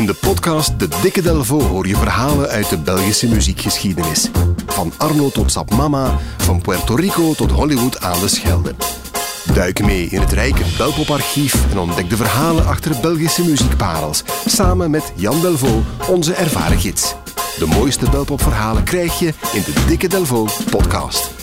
In de podcast De Dikke Delvaux hoor je verhalen uit de Belgische muziekgeschiedenis. Van Arno tot Sap Mama, van Puerto Rico tot Hollywood aan de Schelde. Duik mee in het rijke Belpoparchief en ontdek de verhalen achter Belgische muziekparels. Samen met Jan Delvaux, onze ervaren gids. De mooiste Belpopverhalen krijg je in de Dikke Delvaux podcast.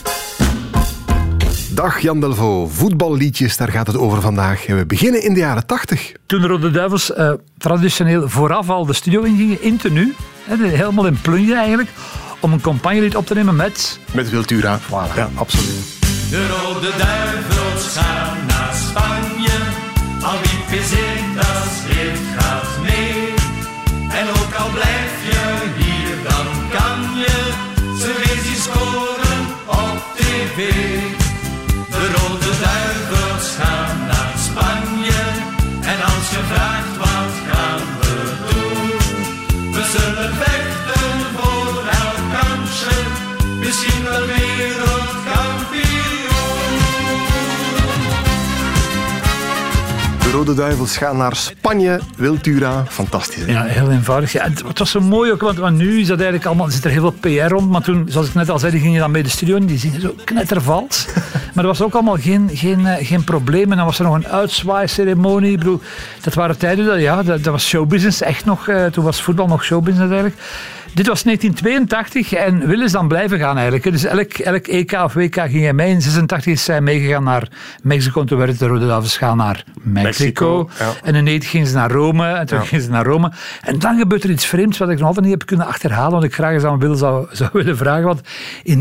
Dag Jan Delvaux, voetballiedjes, daar gaat het over vandaag. We beginnen in de jaren 80. Toen de Rode Duivels traditioneel vooraf al de studio ingingen, in tenue, helemaal in plunje eigenlijk, om een campagnelied op te nemen met... Met Wiltura. Voilà. Ja, absoluut. De Rode Duivels gaan naar Spanje, al wie verzint als heeft gaat mee. En ook al blijf je hier, dan kan je ze weer zien scoren op tv. De Rode Duivels gaan naar Spanje, en als je vraagt wat gaan we doen, we zullen vechten voor elk kansje, misschien wel wereldkampioen. De Rode Duivels gaan naar Spanje, Wiltura, fantastisch. Hè? Ja, heel eenvoudig. Ja, het was zo mooi ook, want nu is dat eigenlijk allemaal, er zit er heel veel PR rond, maar toen, zoals ik net al zei, die gingen dan mee de studio in, die zingen zo knettervals. Maar er was ook allemaal geen probleem. En dan was er nog een uitzwaaiceremonie. Ik bedoel, dat waren tijden, dat was showbusiness echt nog. Toen was voetbal nog showbusiness eigenlijk. Dit was 1982 en willen ze dan blijven gaan eigenlijk. Dus elk EK of WK ging hij mee. In 86 is zij meegegaan naar Mexico en toen werd de Rode Duivels gaan naar Mexico. Ja. En in 90 gingen ze naar Rome en toen gingen ze naar Rome. En dan gebeurt er iets vreemds wat ik nog altijd niet heb kunnen achterhalen, wat ik graag eens aan Wil zou willen vragen. Want in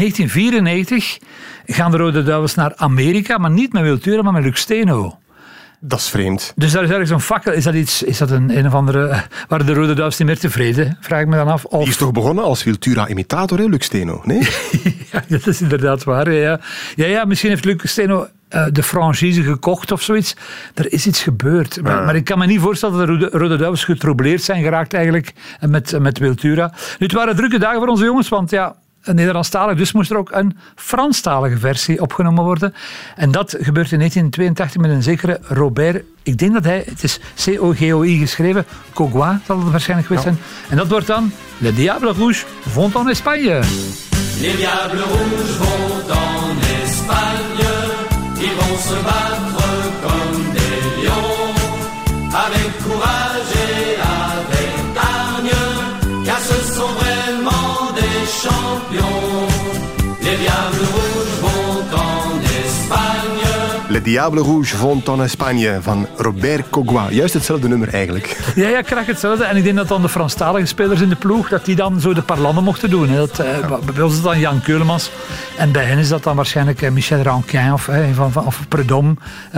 1994 gaan de Rode Duivels naar Amerika, maar niet met Wiltura, maar met Lux Steno. Dat is vreemd. Dus daar is ergens een fakkel. Is dat een of andere... Waren de Rode Duivels niet meer tevreden? Vraag ik me dan af. Of... Die is toch begonnen als Wiltura-imitator, hè, Lux Steno? Nee? Ja, dat is inderdaad waar. Ja, misschien heeft Lux Steno de franchise gekocht of zoiets. Er is iets gebeurd. Maar ik kan me niet voorstellen dat de Rode Duivels getroubleerd zijn geraakt eigenlijk met Wiltura. Nu, het waren drukke dagen voor onze jongens, want ja... Nederlandstalig, dus moest er ook een Franstalige versie opgenomen worden. En dat gebeurt in 1982 met een zekere Robert, ik denk dat het is C-O-G-O-I geschreven, Cogua zal het waarschijnlijk geweest zijn. En dat wordt dan Le Diable Rouge vont en Espagne. Les Diables Rouges vont en Espagne, ils vont se battre comme des lions, avec courage et avec hargne, car ce sont vraiment des champions. Les Diables Rouges vont en Espagne. Le Diable Rouge vont en Espagne van Robert Cogua. Juist hetzelfde nummer eigenlijk. Ja, krijg hetzelfde. En ik denk dat dan de Franstalige spelers in de ploeg, dat die dan zo de parlanden mochten doen. Bij ons is het dan Jan Keulemans. En bij hen is dat dan waarschijnlijk Michel Rankin of Prudhomme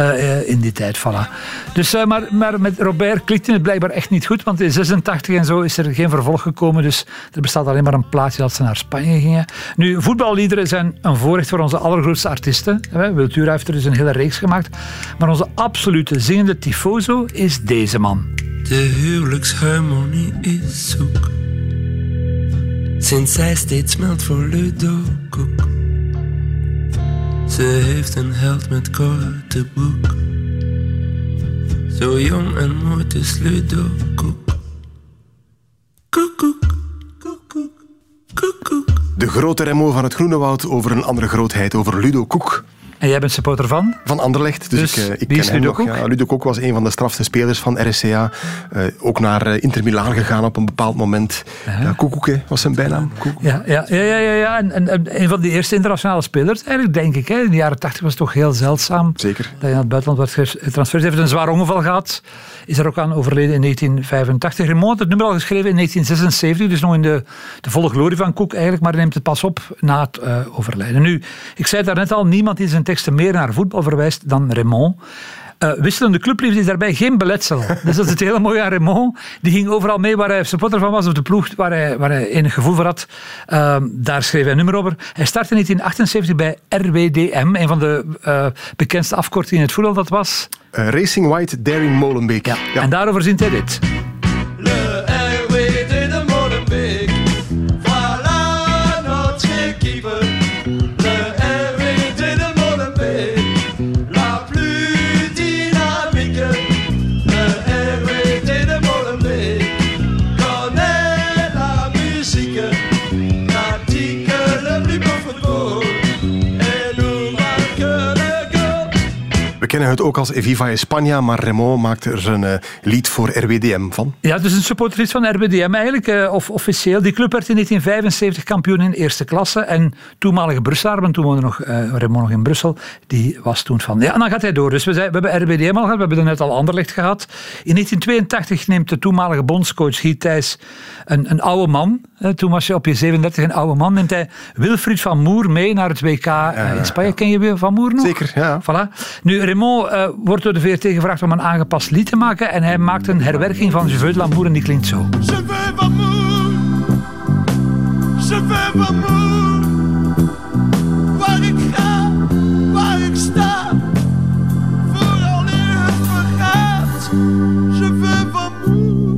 in die tijd. Voilà. Dus, maar met Robert klikte het blijkbaar echt niet goed, want in 86 en zo is er geen vervolg gekomen. Dus er bestaat alleen maar een plaatje dat ze naar Spanje gingen. Nu, voetballiederen zijn een voorrecht voor onze allergrootste artiesten. Wiltura heeft er dus een hele reeks gemaakt. Maar onze absolute zingende tifoso is deze man. De huwelijksharmonie is zoek, sinds zij steeds smelt voor Ludo Koek. Ze heeft een held met korte broek, zo jong en mooi, het is Ludo Koek. Koek, koek, koek, koek, koek. De grote Remo van het Groene Woud over een andere grootheid, over Ludo Koek. En jij bent supporter van? Van Anderlecht. Dus ik ken hem Ludo nog. Koek? Ja, Ludo Koek was een van de strafste spelers van RSCA. Ook naar Inter Milaan gegaan op een bepaald moment. Koekoek was zijn bijnaam. Ja. En een van de eerste internationale spelers, eigenlijk denk ik. In de jaren 80 was het toch heel zeldzaam. Zeker. Dat hij naar het buitenland werd getransfereerd. Hij heeft een zwaar ongeval gehad. Is er ook aan overleden in 1985. Raymond had het nummer al geschreven in 1976. Dus nog in de volle glorie van Koek eigenlijk. Maar hij neemt het pas op na het overlijden. Nu, ik zei het daarnet al, niemand in zijn teksten meer naar voetbal verwijst dan Raymond. Wisselende clubliefde is daarbij geen beletsel. Dus dat is het hele mooie aan Raymond. Die ging overal mee waar hij supporter van was, of de ploeg waar hij enig gevoel voor had. Daar schreef hij een nummer over. Hij startte in 1978 bij RWDM, een van de bekendste afkortingen in het voetbal. Dat was... Racing White Daring Molenbeek. Ja. En daarover zingt hij dit. Le RWD de Molenbeek, voilà notre équipe. Le RWD de Molenbeek, la plus dynamique. Le RWD de Molenbeek, kennen het ook als Viva España, maar Raymond maakt er een lied voor RWDM van. Ja, het is een supporterlied van RWDM eigenlijk, officieel. Die club werd in 1975 kampioen in eerste klasse en toenmalige Brusselaar, want toen woonde Raymond nog in Brussel, die was toen van... Ja, en dan gaat hij door. Dus we hebben RWDM al gehad, we hebben er net al Anderlecht gehad. In 1982 neemt de toenmalige bondscoach Guy Thijs een oude man, toen was je op je 37 een oude man, neemt hij Wilfried van Moer mee naar het WK in Spanje. Ken je Van Moer nog? Zeker, ja. Voilà. Nu, Raymond wordt door de VRT gevraagd om een aangepast lied te maken en hij maakt een herwerking van Je veux de l'amour en die klinkt zo. Je veux l'amour, je veux l'amour. Waar ik ga, waar ik sta, vooral in het vergaat. Je veux l'amour.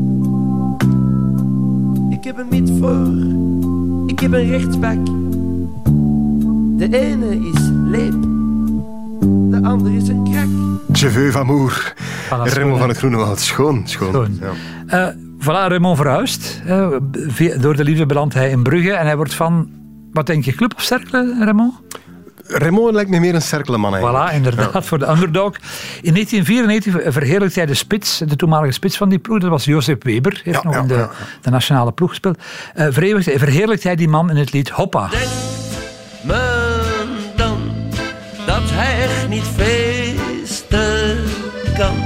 Ik heb een miet voor, ik heb een rechtsbak. De ene is leep, de andere is een krak. Je veux amour. Raymond van het Groenewoud. Schoon. Ja. Voilà, Raymond verhuist. Door de liefde belandt hij in Brugge en hij wordt van, wat denk je, club of cercle, Raymond? Raymond lijkt me meer een cerkelenman eigenlijk. Voilà, inderdaad, voor de underdog. In 1994 verheerlijkt hij de spits, de toenmalige spits van die ploeg. Dat was Josep Weber, heeft nog in de nationale ploeg gespeeld. Verheerlijkt hij die man in het lied Hoppa. Denk me dan dat hij echt niet feesten kan.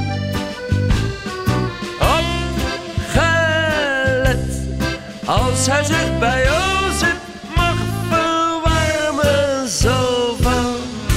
Opgelet als hij zich bij Jozef mag verwarmen zo van.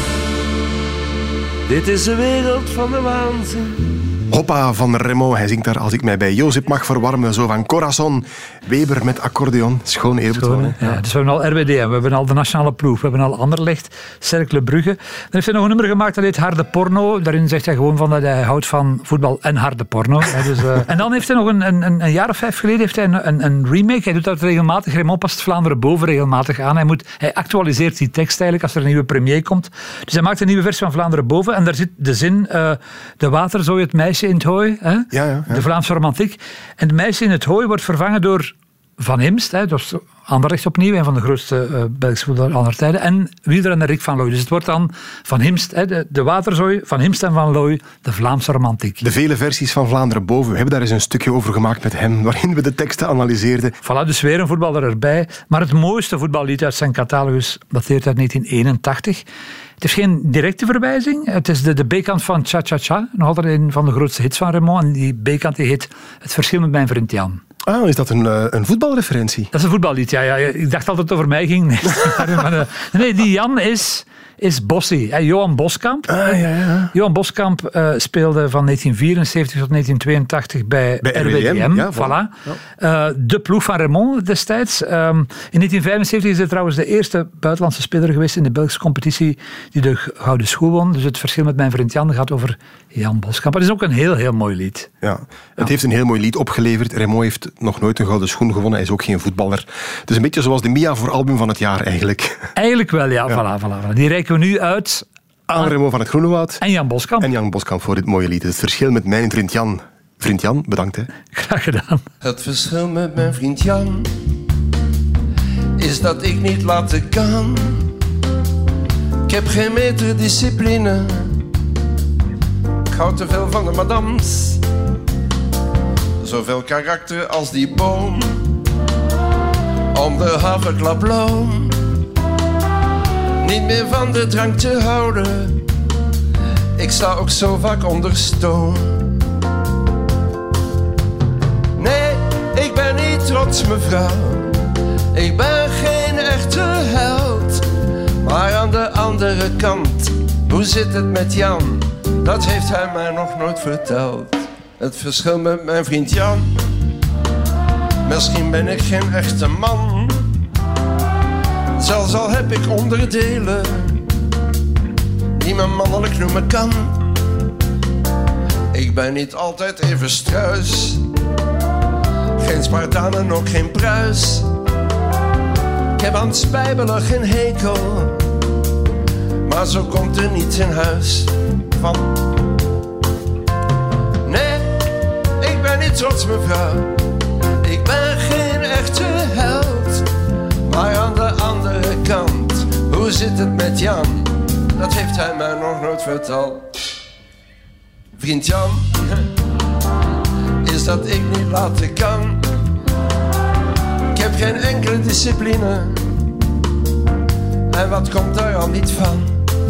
Dit is de wereld van de waanzin. Hoppa van Raymond, hij zingt daar Als ik mij bij Jozef mag verwarmen, zo van Corazon. Weber met accordeon, schoon eerbetoon. Ja, dus we hebben al RWDM, we hebben al de nationale ploeg, we hebben al Anderlecht, Cercle Brugge. Dan heeft hij nog een nummer gemaakt dat heet Harde Porno. Daarin zegt hij gewoon van dat hij houdt van voetbal en harde porno. Dus, en dan heeft hij nog een jaar of 5 geleden heeft hij een remake. Hij doet dat regelmatig. Raymond past Vlaanderen boven regelmatig aan. Hij actualiseert die tekst eigenlijk als er een nieuwe premier komt. Dus hij maakt een nieuwe versie van Vlaanderen boven en daar zit de zin de waterzooi, het meisje in het hooi. Hè? Ja. De Vlaamse romantiek. En het meisje in het hooi wordt vervangen door Van Himst. Hè? Dat is Anderlecht opnieuw, een van de grootste Belgische voetballers aller tijden. En wielrenner Rick van Looy. Dus het wordt dan Van Himst, hè? De waterzooi, Van Himst en Van Looy, de Vlaamse romantiek. De vele versies van Vlaanderen boven. We hebben daar eens een stukje over gemaakt met hem, waarin we de teksten analyseerden. Voilà, dus weer een voetballer erbij. Maar het mooiste voetballied uit zijn catalogus dateert uit 1981. Het heeft geen directe verwijzing. Het is de B-kant van Cha Cha Cha. Nog altijd een van de grootste hits van Raymond. En die B-kant die heet Het verschil met mijn vriend Jan. Ah, is dat een voetbalreferentie? Dat is een voetballied, ja. Ik dacht altijd dat het over mij ging. Nee, die Jan is Bossie. Johan Boskamp. Ja. Johan Boskamp speelde van 1974 tot 1982 bij RWDM. Ja, voilà. Ja. De ploeg van Raymond destijds. In 1975 is hij trouwens de eerste buitenlandse speler geweest in de Belgische competitie die de Gouden Schoen won. Dus het verschil met mijn vriend Jan gaat over Jan Boskamp. Het is ook een heel, heel mooi lied. Ja, het heeft een heel mooi lied opgeleverd. Raymond heeft nog nooit een Gouden Schoen gewonnen. Hij is ook geen voetballer. Het is een beetje zoals de Mia voor album van het jaar eigenlijk. Eigenlijk wel, ja. Voilà. Die reiken we nu uit aan Raymond van het Groenewoud. En Jan Boskamp. En Jan Boskamp voor dit mooie lied. Het verschil met mijn vriend Jan. Vriend Jan, bedankt hè. Graag gedaan. Het verschil met mijn vriend Jan is dat ik niet laten kan. Ik heb geen meter discipline. Ik hou te veel van de madams. Zoveel karakter als die boom. Om de haverklaploom. Niet meer van de drank te houden. Ik sta ook zo vaak onder stoom. Nee, ik ben niet trots mevrouw. Ik ben geen echte held. Maar aan de andere kant, hoe zit het met Jan? Dat heeft hij mij nog nooit verteld. Het verschil met mijn vriend Jan. Misschien ben ik geen echte man. Zelfs al heb ik onderdelen die men mannelijk noemen kan. Ik ben niet altijd even struis. Geen Spartaan en ook geen Pruis. Ik heb aan het spijbelen geen hekel. Maar zo komt er niets in huis van. Nee, ik ben niet trots mevrouw. Ik ben geen echte held. Maar aan de andere kant, hoe zit het met Jan? Dat heeft hij mij nog nooit verteld. Vriend Jan, is dat ik niet laten kan. Ik heb geen enkele discipline. En wat komt daar al niet van?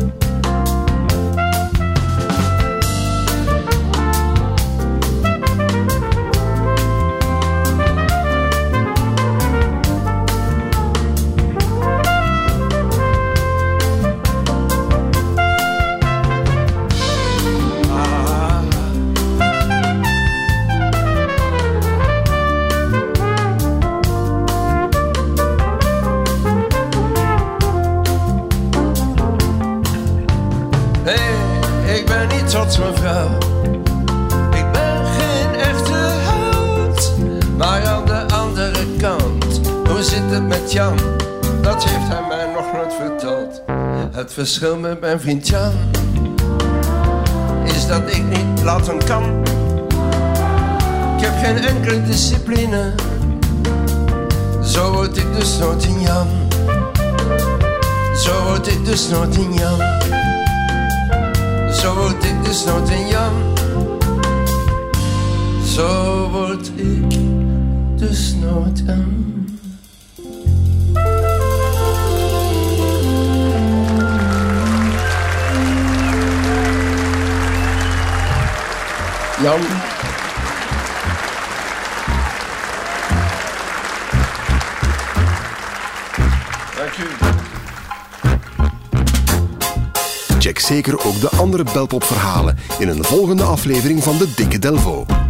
Trots mevrouw, ik ben geen echte held. Maar aan de andere kant, hoe zit het met Jan? Dat heeft hij mij nog nooit verteld. Het verschil met mijn vriend Jan is dat ik niet laten kan. Ik heb geen enkele discipline. Zo word ik dus nooit in Jan. Zo word ik dus nooit in Jan. Zo word ik dus nooit in Jan. Zo word ik dus nooit in Jan. Dank u. Check zeker ook de andere Belpop-verhalen in een volgende aflevering van De Dikke Delvaux.